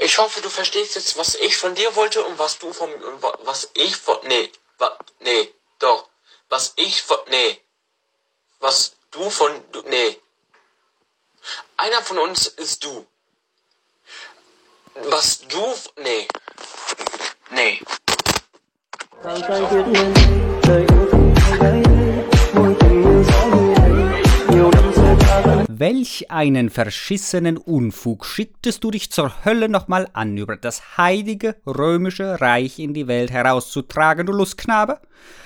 Ich hoffe, du verstehst jetzt, was ich von dir wollte und was du von, was ich von, was du von, einer von uns ist du. Was du, nee. Welch einen verschissenen Unfug schicktest du dich zur Hölle nochmal an, über das heilige römische Reich in die Welt herauszutragen, du Lustknabe?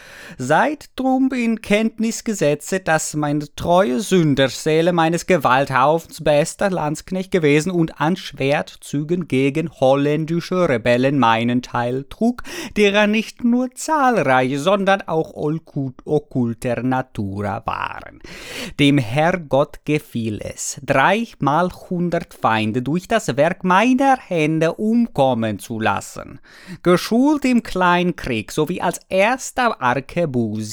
Seid drum in Kenntnis gesetzt, dass meine treue Sünderseele meines Gewalthaufens bester Landsknecht gewesen und an Schwertzügen gegen holländische Rebellen meinen Teil trug, derer nicht nur zahlreiche, sondern auch okkulter Natura waren. Dem Herrgott gefiel es, 3x100 Feinde durch das Werk meiner Hände umkommen zu lassen. Geschult im Kleinkrieg sowie als erster Arkebusier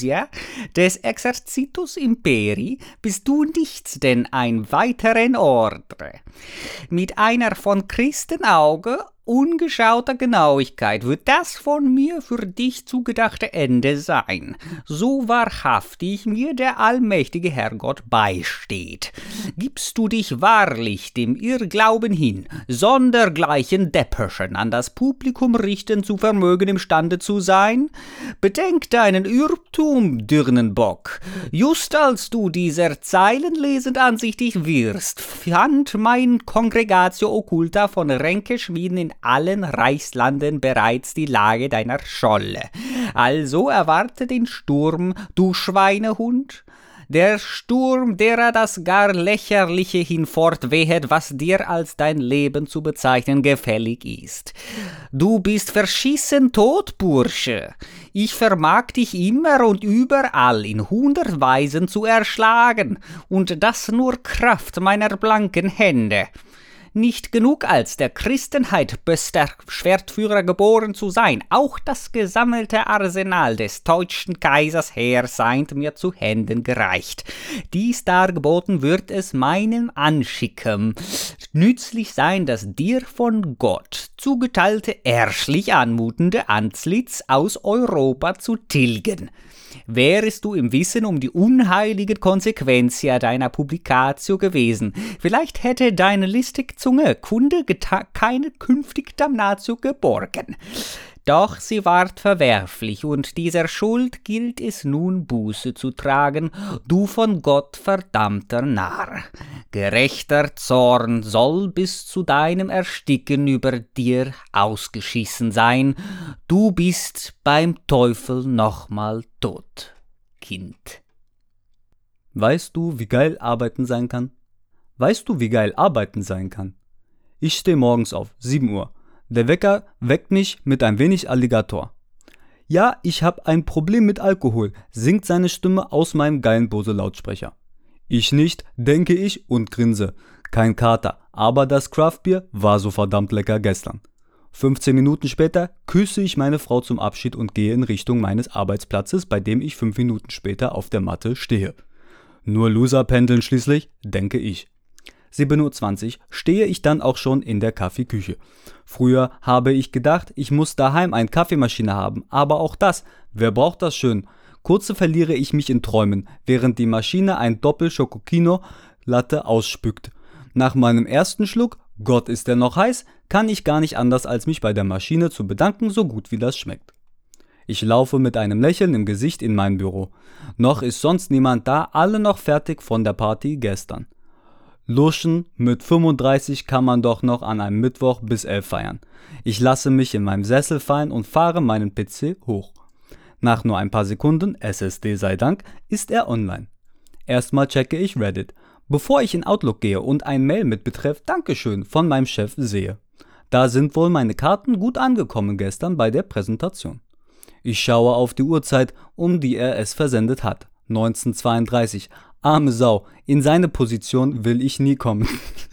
des Exercitus Imperii bist du nichts denn ein weiteren Ordre. Mit einer von Christenauge ungeschauter Genauigkeit wird das von mir für dich zugedachte Ende sein, so wahrhaftig mir der allmächtige Herrgott beisteht. Gibst du dich wahrlich dem Irrglauben hin, sondergleichen Deppeschen an das Publikum richten zu vermögen imstande zu sein? Bedenk deinen Irrtum, Dirnenbock. Just als du dieser Zeilen lesend ansichtig wirst, fand mein Congregatio Occulta von Ränkeschmieden in allen Reichslanden bereits die Lage deiner Scholle. Also erwarte den Sturm, du Schweinehund. Der Sturm, derer das gar Lächerliche hinfortwehet, was dir als dein Leben zu bezeichnen gefällig ist. Du bist verschissen tot, Bursche. Ich vermag dich immer und überall in 100 Weisen zu erschlagen, und das nur Kraft meiner blanken Hände. Nicht genug als der Christenheit bester Schwertführer geboren zu sein, auch das gesammelte Arsenal des deutschen Kaisers Heer seid mir zu Händen gereicht. Dies dargeboten wird es meinem Anschicken nützlich sein, das dir von Gott zugeteilte erschlich anmutende Antlitz aus Europa zu tilgen. Wärest du im Wissen um die unheiligen Konsequentia deiner Publicatio gewesen, vielleicht hätte deine listige Zunge Kunde keine künftige Damnatio geborgen. Doch sie ward verwerflich, und dieser Schuld gilt es nun Buße zu tragen, du von Gott verdammter Narr. Gerechter Zorn soll bis zu deinem Ersticken über dir ausgeschissen sein, du bist beim Teufel nochmal tot, Kind. Weißt du, wie geil Arbeiten sein kann? Weißt du, wie geil Arbeiten sein kann? Ich stehe morgens auf, 7 Uhr. Der Wecker weckt mich mit ein wenig Alligator. Ja, ich hab ein Problem mit Alkohol, singt seine Stimme aus meinem geilen Bose-Lautsprecher. Ich nicht, denke ich und grinse. Kein Kater, aber das Craftbier war so verdammt lecker gestern. 15 Minuten später küsse ich meine Frau zum Abschied und gehe in Richtung meines Arbeitsplatzes, bei dem ich 5 Minuten später auf der Matte stehe. Nur Loser pendeln schließlich, denke ich. 7:20 Uhr stehe ich dann auch schon in der Kaffeeküche. Früher habe ich gedacht, ich muss daheim eine Kaffeemaschine haben, aber auch das, wer braucht das schön? Kurze verliere ich mich in Träumen, während die Maschine ein Doppel-Schokokino Latte ausspuckt. Nach meinem ersten Schluck, Gott ist der noch heiß, kann ich gar nicht anders als mich bei der Maschine zu bedanken, so gut wie das schmeckt. Ich laufe mit einem Lächeln im Gesicht in mein Büro. Noch ist sonst niemand da, alle noch fertig von der Party gestern. Luschen mit 35 kann man doch noch an einem Mittwoch bis 11 feiern. Ich lasse mich in meinem Sessel fallen und fahre meinen PC hoch. Nach nur ein paar Sekunden, SSD sei Dank, ist er online. Erstmal checke ich Reddit, bevor ich in Outlook gehe und ein Mail mit Betreff Dankeschön von meinem Chef sehe. Da sind wohl meine Karten gut angekommen gestern bei der Präsentation. Ich schaue auf die Uhrzeit, um die er es versendet hat. 19:32. Arme Sau, in seine Position will ich nie kommen.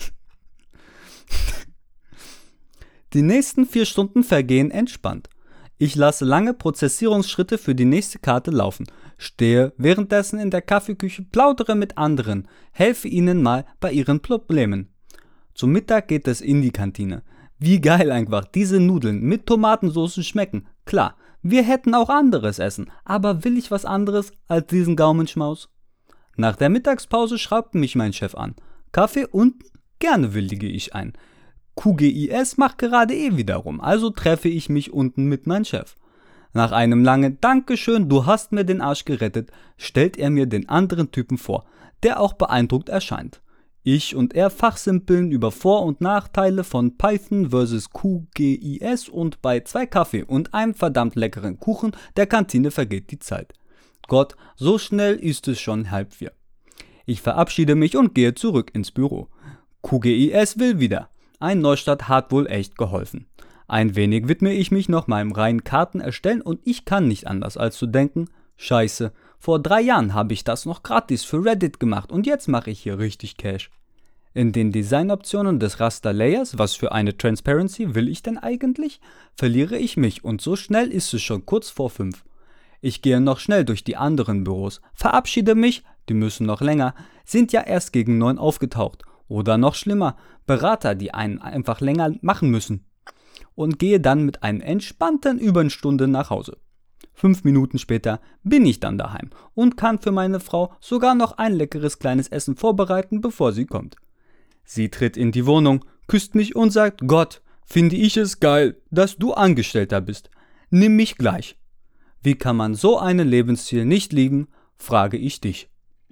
Die nächsten 4 Stunden vergehen entspannt. Ich lasse lange Prozessierungsschritte für die nächste Karte laufen, stehe währenddessen in der Kaffeeküche, plaudere mit anderen, helfe ihnen mal bei ihren Problemen. Zum Mittag geht es in die Kantine. Wie geil einfach diese Nudeln mit Tomatensauce schmecken. Klar, wir hätten auch anderes essen, aber will ich was anderes als diesen Gaumenschmaus? Nach der Mittagspause schreibt mich mein Chef an. Kaffee unten? Gerne willige ich ein. QGIS macht gerade wieder rum, also treffe ich mich unten mit meinem Chef. Nach einem langen Dankeschön, du hast mir den Arsch gerettet, stellt er mir den anderen Typen vor, der auch beeindruckt erscheint. Ich und er fachsimpeln über Vor- und Nachteile von Python vs. QGIS und bei 2 Kaffee und einem verdammt leckeren Kuchen der Kantine vergeht die Zeit. Gott, so schnell ist es schon 3:30. Ich verabschiede mich und gehe zurück ins Büro. QGIS will wieder. Ein Neustart hat wohl echt geholfen. Ein wenig widme ich mich noch meinem reinen Karten erstellen und ich kann nicht anders als zu denken, Scheiße, vor 3 Jahren habe ich das noch gratis für Reddit gemacht und jetzt mache ich hier richtig Cash. In den Designoptionen des Raster Layers, was für eine Transparency will ich denn eigentlich, verliere ich mich und so schnell ist es schon kurz vor 5. Ich gehe noch schnell durch die anderen Büros, verabschiede mich, die müssen noch länger, sind ja erst gegen 9 aufgetaucht. Oder noch schlimmer, Berater, die einen einfach länger machen müssen. Und gehe dann mit einer entspannten Überstunde nach Hause. 5 Minuten später bin ich dann daheim und kann für meine Frau sogar noch ein leckeres kleines Essen vorbereiten, bevor sie kommt. Sie tritt in die Wohnung, küsst mich und sagt, Gott, finde ich es geil, dass du Angestellter bist. Nimm mich gleich. Wie kann man so einen Lebensstil nicht lieben, frage ich dich.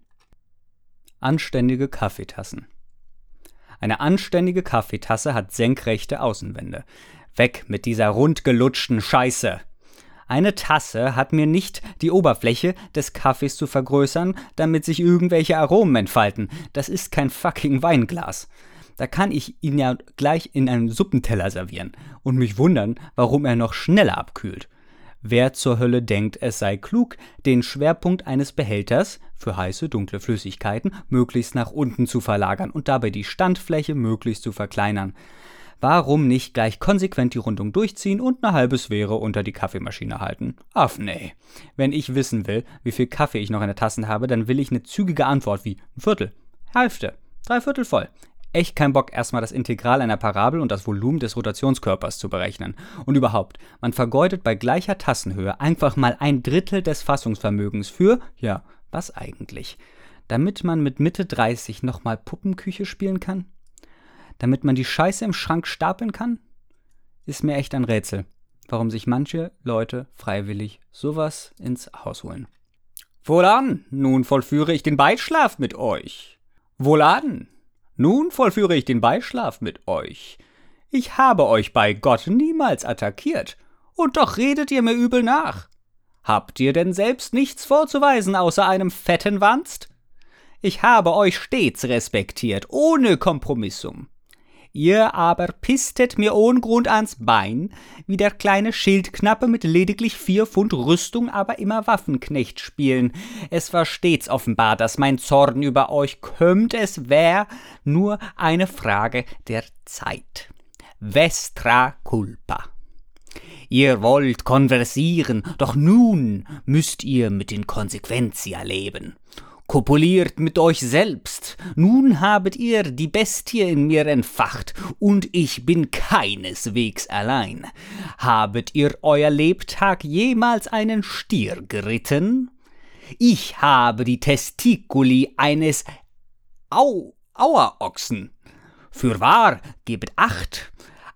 Anständige Kaffeetassen. Eine anständige Kaffeetasse hat senkrechte Außenwände. Weg mit dieser rundgelutschten Scheiße. Eine Tasse hat mir nicht die Oberfläche des Kaffees zu vergrößern, damit sich irgendwelche Aromen entfalten. Das ist kein fucking Weinglas. Da kann ich ihn ja gleich in einem Suppenteller servieren und mich wundern, warum er noch schneller abkühlt. Wer zur Hölle denkt, es sei klug, den Schwerpunkt eines Behälters für heiße, dunkle Flüssigkeiten möglichst nach unten zu verlagern und dabei die Standfläche möglichst zu verkleinern? Warum nicht gleich konsequent die Rundung durchziehen und eine halbe Sphäre unter die Kaffeemaschine halten? Ach nee. Wenn ich wissen will, wie viel Kaffee ich noch in der Tasse habe, dann will ich eine zügige Antwort wie ein Viertel, Hälfte, 3/4 voll. Echt kein Bock, erstmal das Integral einer Parabel und das Volumen des Rotationskörpers zu berechnen. Und überhaupt, man vergeudet bei gleicher Tassenhöhe einfach mal 1/3 des Fassungsvermögens für, ja, was eigentlich? Damit man mit Mitte 30 nochmal Puppenküche spielen kann? Damit man die Scheiße im Schrank stapeln kann? Ist mir echt ein Rätsel, warum sich manche Leute freiwillig sowas ins Haus holen. Wohlan, nun vollführe ich den Beischlaf mit euch. Wohlan, nun vollführe ich den Beischlaf mit euch. Ich habe euch bei Gott niemals attackiert, und doch redet ihr mir übel nach. Habt ihr denn selbst nichts vorzuweisen außer einem fetten Wanst? Ich habe euch stets respektiert, ohne Kompromissum. Ihr aber pisstet mir ohne Grund ans Bein, wie der kleine Schildknappe mit lediglich 4 Pfund Rüstung, aber immer Waffenknecht spielen. Es war stets offenbar, dass mein Zorn über euch kömmt, es wär nur eine Frage der Zeit. Vestra culpa. Ihr wollt konversieren, doch nun müsst ihr mit den Konsequenzia leben. Kopuliert mit euch selbst, nun habet ihr die Bestie in mir entfacht, und ich bin keineswegs allein. Habet ihr euer Lebtag jemals einen Stier geritten? Ich habe die Testiculi eines Auerochsen. Fürwahr, gebet Acht,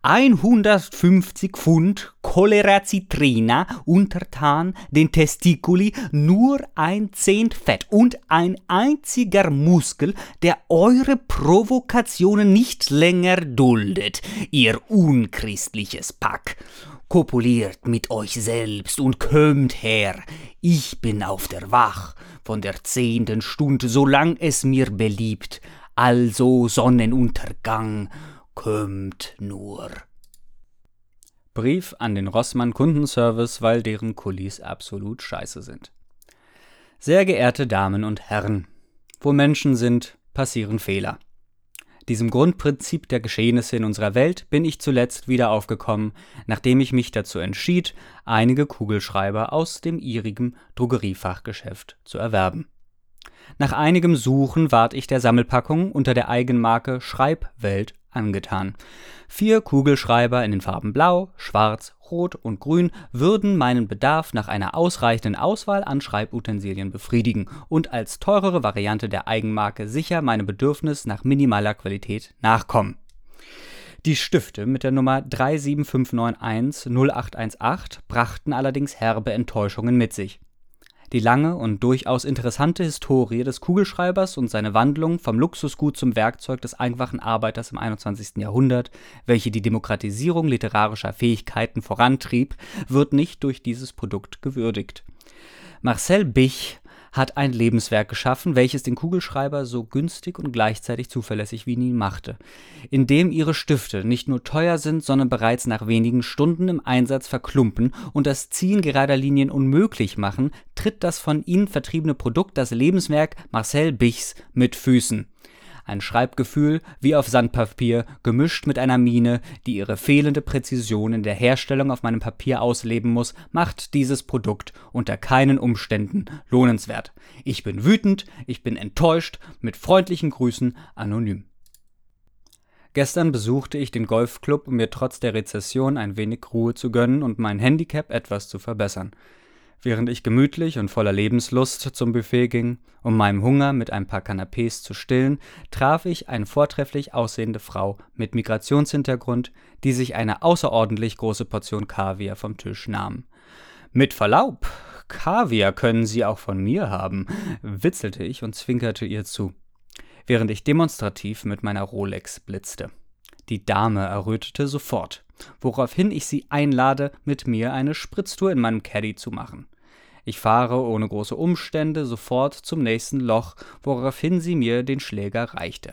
150 Pfund Choleracitrina untertan den Testiculi, nur ein Zehnt Fett und ein einziger Muskel, der eure Provokationen nicht länger duldet, ihr unchristliches Pack. Kopuliert mit euch selbst und kömmt her. Ich bin auf der Wach von der 10. Stunde, solang es mir beliebt. Also Sonnenuntergang, kömmt nur. Brief an den Rossmann Kundenservice, weil deren Kulis absolut scheiße sind. Sehr geehrte Damen und Herren, wo Menschen sind, passieren Fehler. Diesem Grundprinzip der Geschehnisse in unserer Welt bin ich zuletzt wieder aufgekommen, nachdem ich mich dazu entschied, einige Kugelschreiber aus dem ihrigen Drogeriefachgeschäft zu erwerben. Nach einigem Suchen ward ich der Sammelpackung unter der Eigenmarke Schreibwelt angetan. 4 Kugelschreiber in den Farben Blau, Schwarz, Rot und Grün würden meinen Bedarf nach einer ausreichenden Auswahl an Schreibutensilien befriedigen und als teurere Variante der Eigenmarke sicher meinem Bedürfnis nach minimaler Qualität nachkommen. Die Stifte mit der Nummer 375910818 brachten allerdings herbe Enttäuschungen mit sich. Die lange und durchaus interessante Historie des Kugelschreibers und seine Wandlung vom Luxusgut zum Werkzeug des einfachen Arbeiters im 21. Jahrhundert, welche die Demokratisierung literarischer Fähigkeiten vorantrieb, wird nicht durch dieses Produkt gewürdigt. Marcel Bich hat ein Lebenswerk geschaffen, welches den Kugelschreiber so günstig und gleichzeitig zuverlässig wie nie machte. Indem ihre Stifte nicht nur teuer sind, sondern bereits nach wenigen Stunden im Einsatz verklumpen und das Ziehen gerader Linien unmöglich machen, tritt das von ihnen vertriebene Produkt das Lebenswerk Marcel Bichs mit Füßen. Ein Schreibgefühl wie auf Sandpapier, gemischt mit einer Mine, die ihre fehlende Präzision in der Herstellung auf meinem Papier ausleben muss, macht dieses Produkt unter keinen Umständen lohnenswert. Ich bin wütend, ich bin enttäuscht, mit freundlichen Grüßen, anonym. Gestern besuchte ich den Golfclub, um mir trotz der Rezession ein wenig Ruhe zu gönnen und mein Handicap etwas zu verbessern. Während ich gemütlich und voller Lebenslust zum Buffet ging, um meinen Hunger mit ein paar Canapés zu stillen, traf ich eine vortrefflich aussehende Frau mit Migrationshintergrund, die sich eine außerordentlich große Portion Kaviar vom Tisch nahm. »Mit Verlaub, Kaviar können Sie auch von mir haben«, witzelte ich und zwinkerte ihr zu, während ich demonstrativ mit meiner Rolex blitzte. Die Dame errötete sofort, woraufhin ich sie einlade, mit mir eine Spritztour in meinem Caddy zu machen. Ich fahre ohne große Umstände sofort zum nächsten Loch, woraufhin sie mir den Schläger reichte.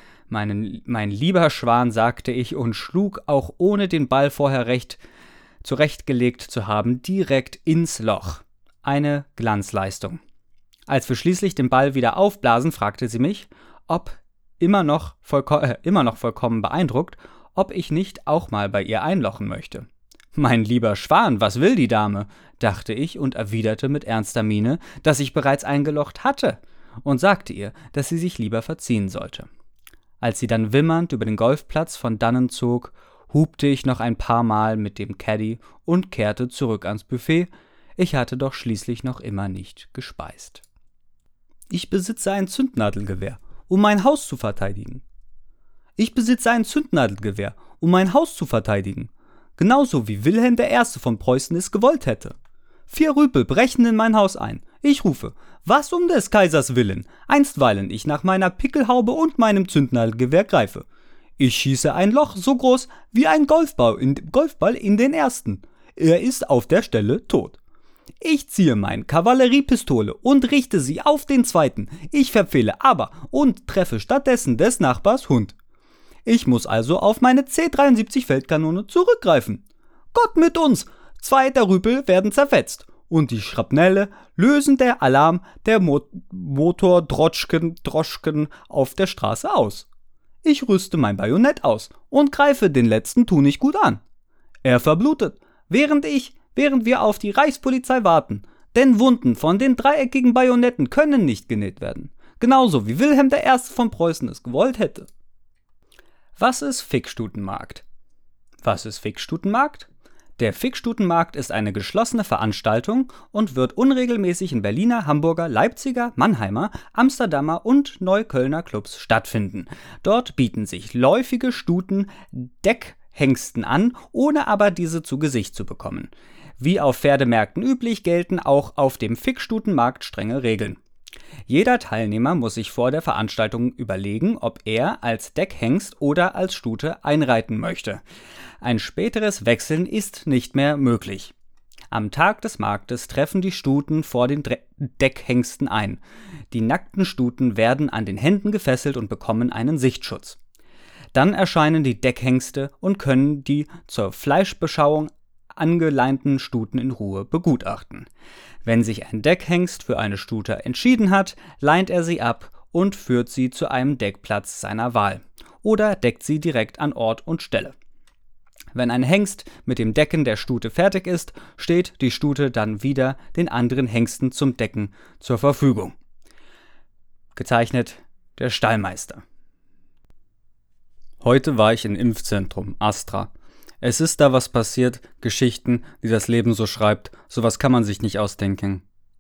Mein lieber Schwan, sagte ich und schlug, auch ohne den Ball vorher recht zurechtgelegt zu haben, direkt ins Loch. Eine Glanzleistung. Als wir schließlich den Ball wieder aufblasen, fragte sie mich, immer noch vollkommen beeindruckt, ob ich nicht auch mal bei ihr einlochen möchte. »Mein lieber Schwan, was will die Dame?«, dachte ich und erwiderte mit ernster Miene, dass ich bereits eingelocht hatte und sagte ihr, dass sie sich lieber verziehen sollte. Als sie dann wimmernd über den Golfplatz von dannen zog, hupte ich noch ein paar Mal mit dem Caddy und kehrte zurück ans Buffet. Ich hatte doch schließlich noch immer nicht gespeist. »Ich besitze ein Zündnadelgewehr, um mein Haus zu verteidigen. Ich besitze ein Zündnadelgewehr, um mein Haus zu verteidigen. Genauso wie Wilhelm I. von Preußen es gewollt hätte. 4 Rüpel brechen in mein Haus ein. Ich rufe, was um des Kaisers Willen, einstweilen ich nach meiner Pickelhaube und meinem Zündnadelgewehr greife. Ich schieße ein Loch so groß wie ein Golfball in den ersten. Er ist auf der Stelle tot. Ich ziehe meine Kavalleriepistole und richte sie auf den zweiten. Ich verfehle aber und treffe stattdessen des Nachbars Hund. Ich muss also auf meine C73 Feldkanone zurückgreifen. Gott mit uns! 2 der Rüpel werden zerfetzt. Und die Schrapnelle lösen der Alarm der Motordroschken auf der Straße aus. Ich rüste mein Bajonett aus und greife den letzten Tunig gut an. Er verblutet, während wir auf die Reichspolizei warten. Denn Wunden von den dreieckigen Bajonetten können nicht genäht werden. Genauso wie Wilhelm I. von Preußen es gewollt hätte. Was ist Fickstutenmarkt? Was ist Fickstutenmarkt? Der Fickstutenmarkt ist eine geschlossene Veranstaltung und wird unregelmäßig in Berliner, Hamburger, Leipziger, Mannheimer, Amsterdamer und Neuköllner Clubs stattfinden. Dort bieten sich läufige Stuten Deckhengsten an, ohne aber diese zu Gesicht zu bekommen. Wie auf Pferdemärkten üblich gelten auch auf dem Fickstutenmarkt strenge Regeln. Jeder Teilnehmer muss sich vor der Veranstaltung überlegen, ob er als Deckhengst oder als Stute einreiten möchte. Ein späteres Wechseln ist nicht mehr möglich. Am Tag des Marktes treffen die Stuten vor den Deckhengsten ein. Die nackten Stuten werden an den Händen gefesselt und bekommen einen Sichtschutz. Dann erscheinen die Deckhengste und können die zur Fleischbeschauung angeleinten Stuten in Ruhe begutachten. Wenn sich ein Deckhengst für eine Stute entschieden hat, leint er sie ab und führt sie zu einem Deckplatz seiner Wahl oder deckt sie direkt an Ort und Stelle. Wenn ein Hengst mit dem Decken der Stute fertig ist, steht die Stute dann wieder den anderen Hengsten zum Decken zur Verfügung. Gezeichnet der Stallmeister. Heute war ich im Impfzentrum, Astra. Es ist da was passiert, Geschichten, die das Leben so schreibt, sowas kann man sich nicht ausdenken.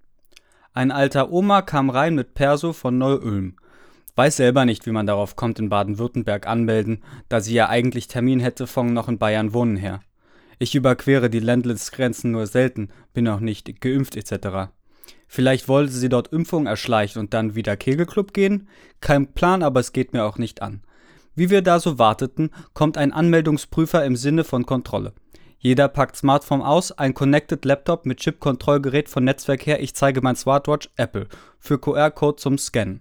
Ein alter Oma kam rein mit Perso von Neu-Ulm. Weiß selber nicht, wie man darauf kommt, in Baden-Württemberg anmelden, da sie ja eigentlich Termin hätte von noch in Bayern wohnen her. Ich überquere die Landesgrenzen nur selten, bin auch nicht geimpft etc. Vielleicht wollte sie dort Impfung erschleichen und dann wieder Kegelclub gehen? Kein Plan, aber es geht mir auch nicht an. Wie wir da so warteten, kommt ein Anmeldungsprüfer im Sinne von Kontrolle. Jeder packt Smartphone aus, ein Connected Laptop mit Chip-Kontrollgerät von Netzwerk her, ich zeige mein Smartwatch, Apple, für QR-Code zum Scannen.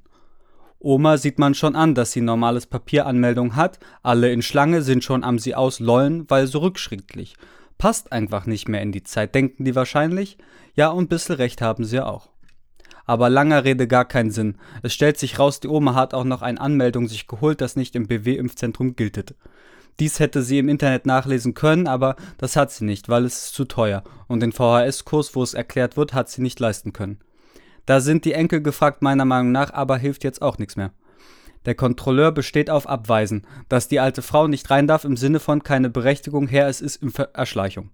Oma sieht man schon an, dass sie normales Papieranmeldung hat, alle in Schlange sind schon am sie aus lollen, weil so rückschrittlich. Passt einfach nicht mehr in die Zeit, denken die wahrscheinlich? Ja, und ein bisschen recht haben sie ja auch. Aber langer Rede gar keinen Sinn. Es stellt sich raus, die Oma hat auch noch eine Anmeldung sich geholt, das nicht im BW-Impfzentrum giltet. Dies hätte sie im Internet nachlesen können, aber das hat sie nicht, weil es ist zu teuer. Und den VHS-Kurs, wo es erklärt wird, hat sie nicht leisten können. Da sind die Enkel gefragt, meiner Meinung nach, aber hilft jetzt auch nichts mehr. Der Kontrolleur besteht auf Abweisen, dass die alte Frau nicht rein darf im Sinne von keine Berechtigung her, es ist Erschleichung.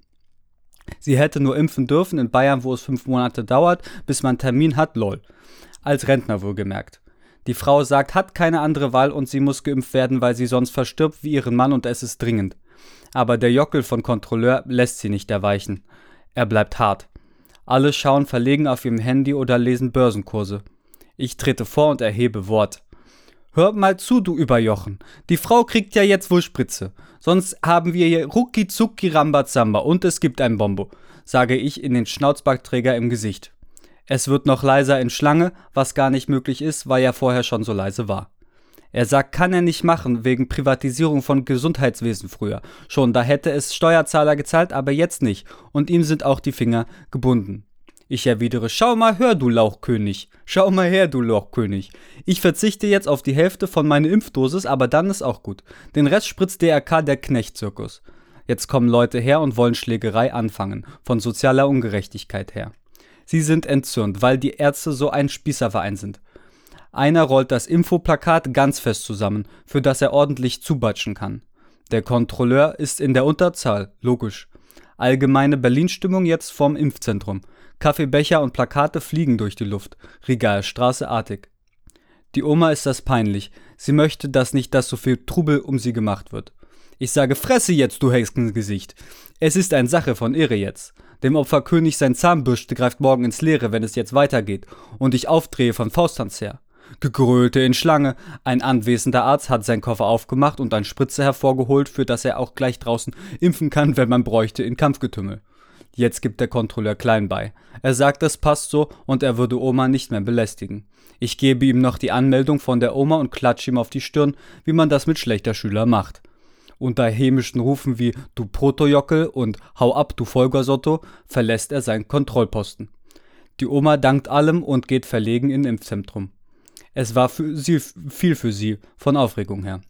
Sie hätte nur impfen dürfen in Bayern, wo es 5 Monate dauert, bis man Termin hat, lol. Als Rentner wohlgemerkt. Die Frau sagt, hat keine andere Wahl und sie muss geimpft werden, weil sie sonst verstirbt wie ihren Mann und es ist dringend. Aber der Jockel von Kontrolleur lässt sie nicht erweichen. Er bleibt hart. Alle schauen verlegen auf ihrem Handy oder lesen Börsenkurse. Ich trete vor und erhebe Wort. Hör mal zu, du Überjochen. Die Frau kriegt ja jetzt wohl Spritze. Sonst haben wir hier rucki zucki Rambazamba und es gibt ein Bombo, sage ich in den Schnauzbackträger im Gesicht. Es wird noch leiser in Schlange, was gar nicht möglich ist, weil er vorher schon so leise war. Er sagt, kann er nicht machen, wegen Privatisierung von Gesundheitswesen früher. Schon, da hätte es Steuerzahler gezahlt, aber jetzt nicht. Und ihm sind auch die Finger gebunden. Ich erwidere, schau mal her, du Lauchkönig. Schau mal her, du Lauchkönig. Ich verzichte jetzt auf die Hälfte von meiner Impfdosis, aber dann ist auch gut. Den Rest spritzt DRK der Knechtzirkus. Jetzt kommen Leute her und wollen Schlägerei anfangen, von sozialer Ungerechtigkeit her. Sie sind entzürnt, weil die Ärzte so ein Spießerverein sind. Einer rollt das Infoplakat ganz fest zusammen, für das er ordentlich zubatschen kann. Der Kontrolleur ist in der Unterzahl, logisch. Allgemeine Berlin-Stimmung jetzt vorm Impfzentrum. Kaffeebecher und Plakate fliegen durch die Luft, Regalstraßeartig. Die Oma ist das peinlich. Sie möchte, dass nicht so viel Trubel um sie gemacht wird. Ich sage, fresse jetzt, du Hexengesicht. Es ist eine Sache von Irre jetzt. Dem Opferkönig sein Zahnbürste greift morgen ins Leere, wenn es jetzt weitergeht und ich aufdrehe von Fausttanz her. Gegrölte in Schlange. Ein anwesender Arzt hat seinen Koffer aufgemacht und eine Spritze hervorgeholt, für das er auch gleich draußen impfen kann, wenn man bräuchte, in Kampfgetümmel. Jetzt gibt der Kontrolleur klein bei. Er sagt, es passt so und er würde Oma nicht mehr belästigen. Ich gebe ihm noch die Anmeldung von der Oma und klatsche ihm auf die Stirn, wie man das mit schlechter Schüler macht. Unter hämischen Rufen wie »Du Protojockel« und »Hau ab, du Vollgasotto« verlässt er seinen Kontrollposten. Die Oma dankt allem und geht verlegen in Impfzentrum. Es war viel für sie, von Aufregung her.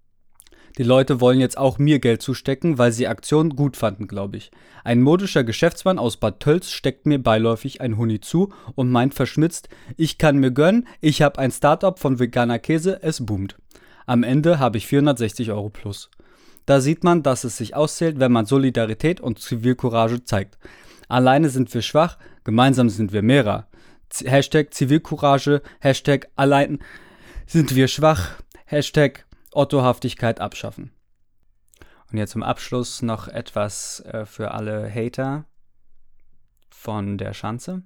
Die Leute wollen jetzt auch mir Geld zustecken, weil sie Aktion gut fanden, glaube ich. Ein modischer Geschäftsmann aus Bad Tölz steckt mir beiläufig ein Huni zu und meint verschmitzt, ich kann mir gönnen, ich habe ein Startup von veganer Käse, es boomt. Am Ende habe ich 460 € plus. Da sieht man, dass es sich auszählt, wenn man Solidarität und Zivilcourage zeigt. Alleine sind wir schwach, gemeinsam sind wir mehrer. Hashtag Zivilcourage, Hashtag allein sind wir schwach, Hashtag Ottohaftigkeit abschaffen. Und jetzt zum Abschluss noch etwas für alle Hater von der Schanze.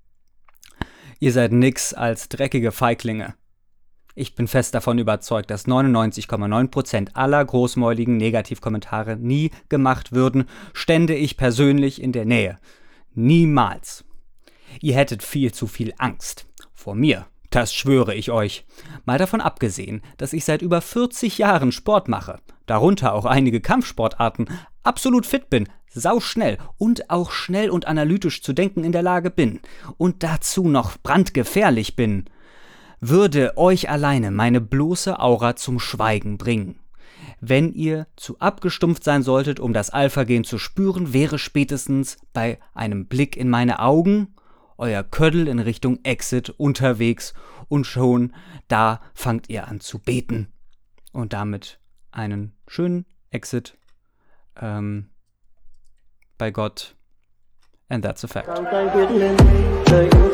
Ihr seid nix als dreckige Feiglinge. Ich bin fest davon überzeugt, dass 99,9% aller großmäuligen Negativkommentare nie gemacht würden, stände ich persönlich in der Nähe. Niemals. Ihr hättet viel zu viel Angst. Vor mir. Das schwöre ich euch. Mal davon abgesehen, dass ich seit über 40 Jahren Sport mache, darunter auch einige Kampfsportarten, absolut fit bin, sauschnell und auch schnell und analytisch zu denken in der Lage bin und dazu noch brandgefährlich bin, würde euch alleine meine bloße Aura zum Schweigen bringen. Wenn ihr zu abgestumpft sein solltet, um das Alpha-Gen zu spüren, wäre spätestens bei einem Blick in meine Augen euer Kördel in Richtung Exit unterwegs und schon da fangt ihr an zu beten. Und damit einen schönen Exit bei Gott. And that's a fact.